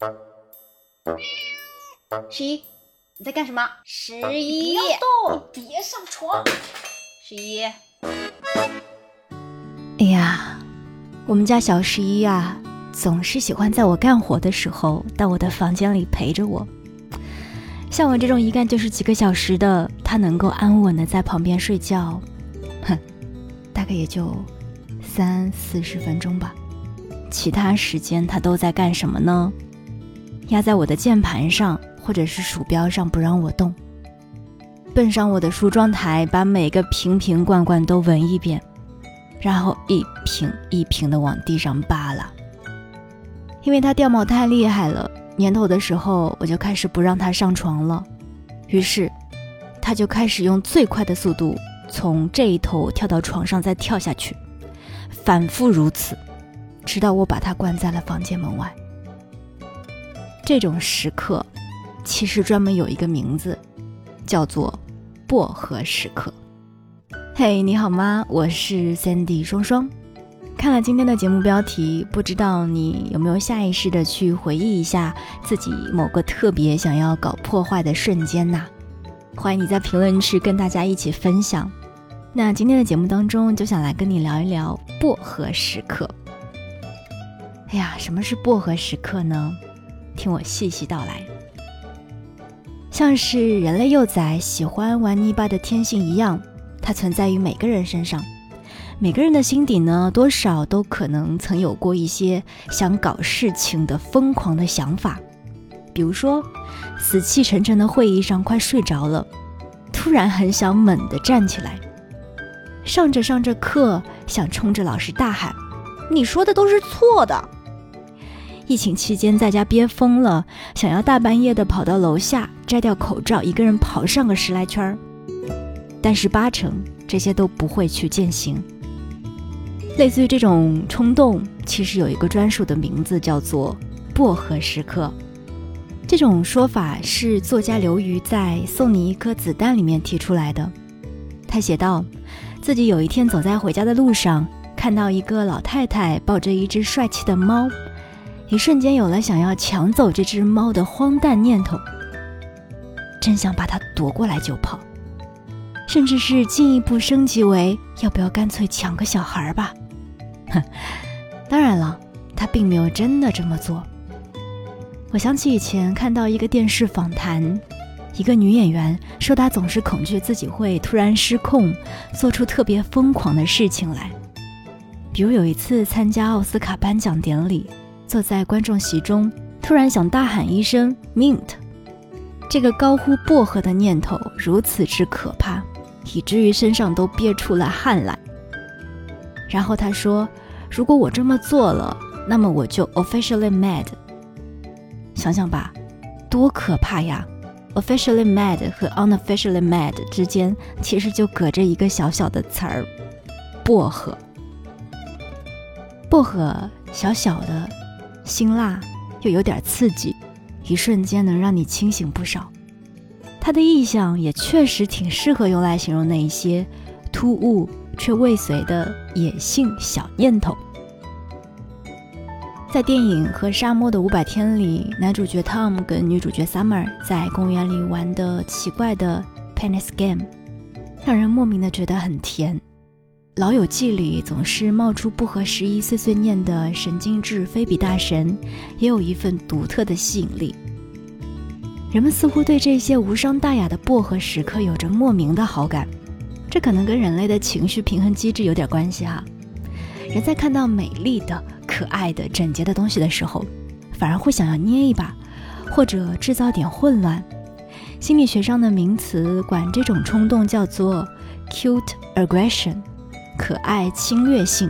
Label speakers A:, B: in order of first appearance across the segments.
A: 11，你在干什么？11，
B: 不要动，别上床。
A: 11，
C: 哎呀，我们家小11啊，总是喜欢在我干活的时候到我的房间里陪着我。像我这种一干就是几个小时的，他能够安稳的在旁边睡觉，大概也就30-40分钟吧。其他时间他都在干什么呢？压在我的键盘上或者是鼠标上不让我动，奔上我的梳妆台，把每个瓶瓶罐罐都闻一遍，然后一瓶一瓶的往地上扒拉。因为他掉毛太厉害了，年头的时候我就开始不让他上床了，于是他就开始用最快的速度从这一头跳到床上再跳下去，反复如此，直到我把他关在了房间门外。这种时刻其实专门有一个名字，叫做薄荷时刻。嘿，你好吗？我是 Sandy 双双。看了今天的节目标题，不知道你有没有下意识的去回忆一下自己某个特别想要搞破坏的瞬间呐？欢迎你在评论区跟大家一起分享。那今天的节目当中就想来跟你聊一聊薄荷时刻。哎呀，什么是薄荷时刻呢？听我细细道来。像是人类幼崽喜欢玩泥巴的天性一样，它存在于每个人身上。每个人的心底呢，多少都可能曾有过一些想搞事情的疯狂的想法。比如说死气沉沉的会议上快睡着了，突然很想猛地站起来，上着课想冲着老师大喊，你说的都是错的。疫情期间在家憋疯了，想要大半夜的跑到楼下摘掉口罩，一个人跑上个10来圈，但是8成这些都不会去践行。类似于这种冲动，其实有一个专属的名字，叫做薄荷时刻。这种说法是作家刘瑜在《送你一颗子弹》里面提出来的。他写道，自己有一天走在回家的路上，看到一个老太太抱着一只帅气的猫，一瞬间有了想要抢走这只猫的荒诞念头，真想把它夺过来就跑，甚至是进一步升级为要不要干脆抢个小孩吧。当然了，他并没有真的这么做。我想起以前看到一个电视访谈，一个女演员说她总是恐惧自己会突然失控，做出特别疯狂的事情来。比如有一次参加奥斯卡颁奖典礼，坐在观众席中，突然想大喊一声 mint， 这个高呼薄荷的念头如此之可怕，以至于身上都憋出了汗来。然后他说，如果我这么做了，那么我就 officially mad。 想想吧，多可怕呀。 officially mad 和 unofficially mad 之间其实就隔着一个小小的词儿，薄荷。薄荷小小的，辛辣又有点刺激，一瞬间能让你清醒不少。它的意象也确实挺适合用来形容那一些突兀却未遂的野性小念头。在电影《和沙漠的500天》里，男主角 Tom 跟女主角 Summer 在公园里玩的奇怪的 Penis Game， 让人莫名的觉得很甜。老友记里总是冒出不合时宜碎碎念的神经质菲比大神，也有一份独特的吸引力。人们似乎对这些无伤大雅的薄荷时刻有着莫名的好感，这可能跟人类的情绪平衡机制有点关系哈。人在看到美丽的、可爱的、整洁的东西的时候，反而会想要捏一把，或者制造点混乱。心理学上的名词管这种冲动叫做 cute aggression， 可爱侵略性。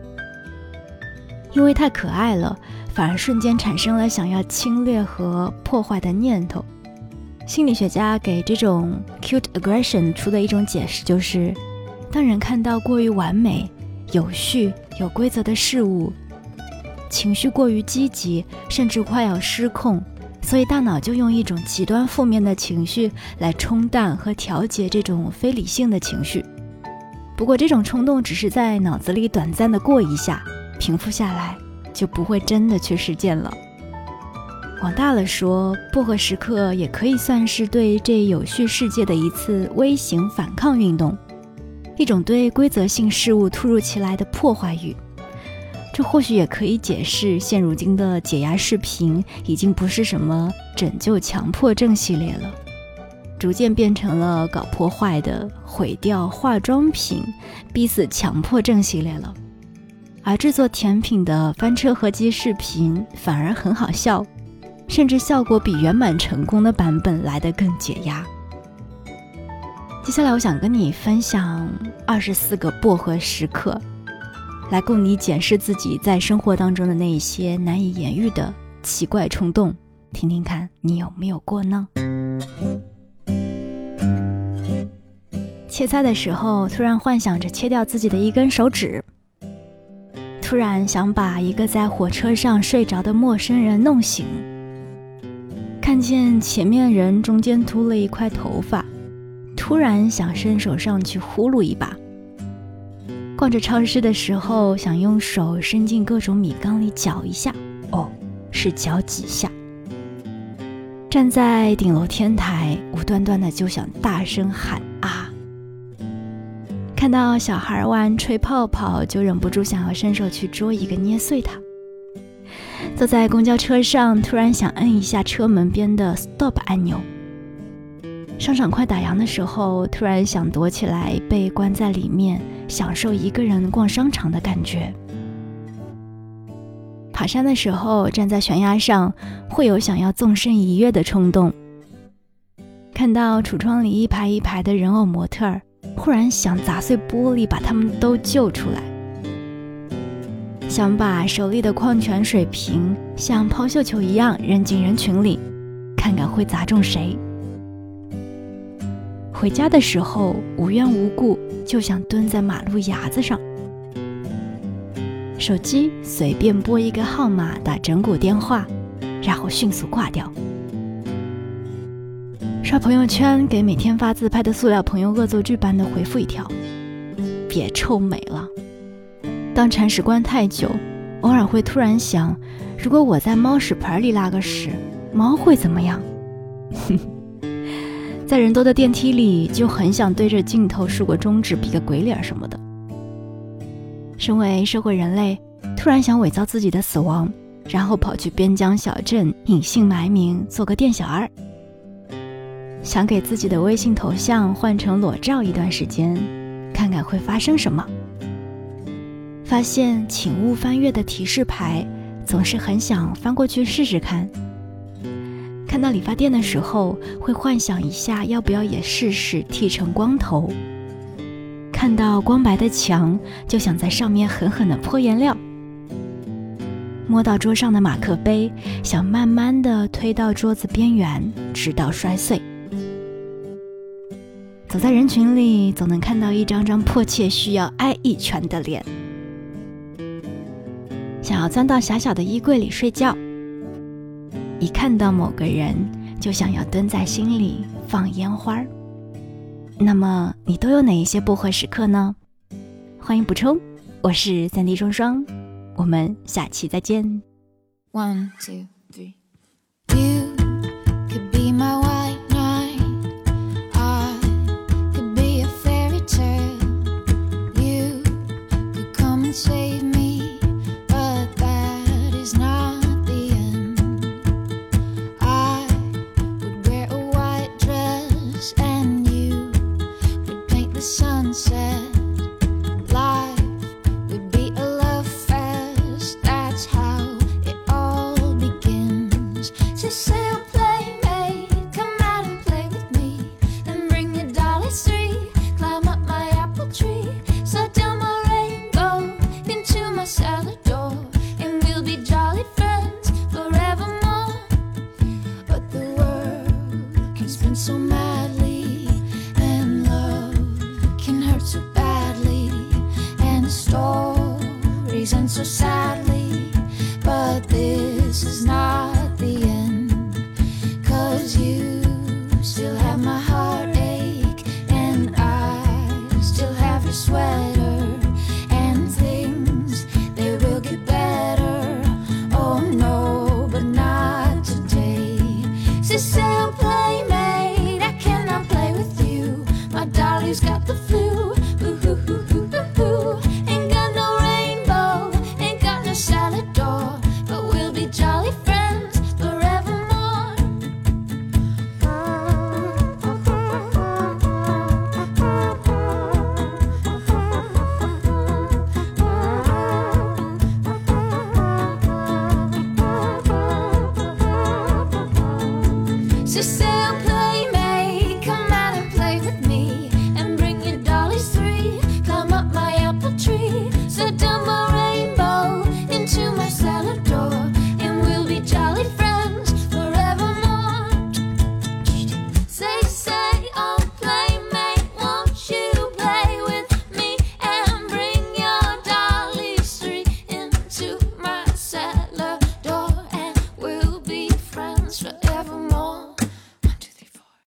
C: 因为太可爱了，反而瞬间产生了想要侵略和破坏的念头。心理学家给这种 cute aggression 出的一种解释就是，当人看到过于完美、有序、有规则的事物，情绪过于积极，甚至快要失控，所以大脑就用一种极端负面的情绪来冲淡和调节这种非理性的情绪。不过这种冲动只是在脑子里短暂的过一下，平复下来就不会真的去实践了。 往大了说，薄荷时刻也可以算是对这有序世界的一次微型反抗运动，一种对规则性事物突如其来的破坏欲。这或许也可以解释现如今的解压视频已经不是什么拯救强迫症系列了，逐渐变成了搞破坏的毁掉化妆品逼死强迫症系列了。而制作甜品的翻车合集视频反而很好笑，甚至效果比圆满成功的版本来得更解压。接下来我想跟你分享24个薄荷时刻，来供你检视自己在生活当中的那一些难以言喻的奇怪冲动，听听看你有没有过呢？切菜的时候突然幻想着切掉自己的一根手指，突然想把一个在火车上睡着的陌生人弄醒，看见前面人中间秃了一块头发，突然想伸手上去呼噜一把。逛着超市的时候想用手伸进各种米缸里搅一下，是搅几下。站在顶楼天台无端端的就想大声喊啊。看到小孩玩吹泡泡就忍不住想要伸手去捉一个捏碎它。坐在公交车上突然想摁一下车门边的 stop 按钮。商场快打烊的时候突然想躲起来被关在里面，享受一个人逛商场的感觉。爬山的时候站在悬崖上会有想要纵身一跃的冲动。看到橱窗里一排一排的人偶模特，忽然想砸碎玻璃把他们都救出来。想把手里的矿泉水瓶像抛绣球一样扔进人群里，看看会砸中谁。回家的时候无缘无故就想蹲在马路牙子上，手机随便拨一个号码打整蛊电话，然后迅速挂掉。刷朋友圈给每天发自拍的塑料朋友恶作剧般的回复一条，别臭美了。当铲屎关太久，偶尔会突然想，如果我在猫屎盆里拉个屎，猫会怎么样？在人多的电梯里就很想对着镜头竖个中指比个鬼脸什么的。身为社会人类，突然想伪造自己的死亡，然后跑去边疆小镇隐姓埋名做个店小二。想给自己的微信头像换成裸照一段时间，看看会发生什么。发现请勿翻阅的提示牌，总是很想翻过去试试看。看到理发店的时候会幻想一下要不要也试试剃成光头。看到光白的墙就想在上面狠狠地泼颜料。摸到桌上的马克杯，想慢慢地推到桌子边缘，直到摔碎。走在人群里，总能看到一张张迫切需要挨一拳的脸。想要钻到狭小的衣柜里睡觉，一看到某个人就想要蹲在心里放烟花。那么你都有哪一些薄荷时刻呢？欢迎补充，我是3D 双双，我们下期再见。
B: 1, 2, 3. You could be my white knight, I could be a fairy tale. You could come and save me, but that is not the end. I would wear a white dress and you would paint the sunset. Life would be a love fest, that's how it all begins. So say playmate, come out and play with me, and bring your dollies 3, climb up my apple tree, slide down my rainbow into my salad door, and we'll be jolly friends forevermore. But the world can spin so madly, and love can hurt so badly, and stories end so sadly. But this is not the end, 'cause you still have my heartache, and I still have your sweater, and things, they will get better. Oh no, but not today. She said, oh, playmate, I cannot play with you. My dolly's got the flu. Ooh-hoo-hoo-hoo-hoo-hoo. Ain't got no rainbow, ain't got no salad door, but we'll be jolly friends forevermore. She said,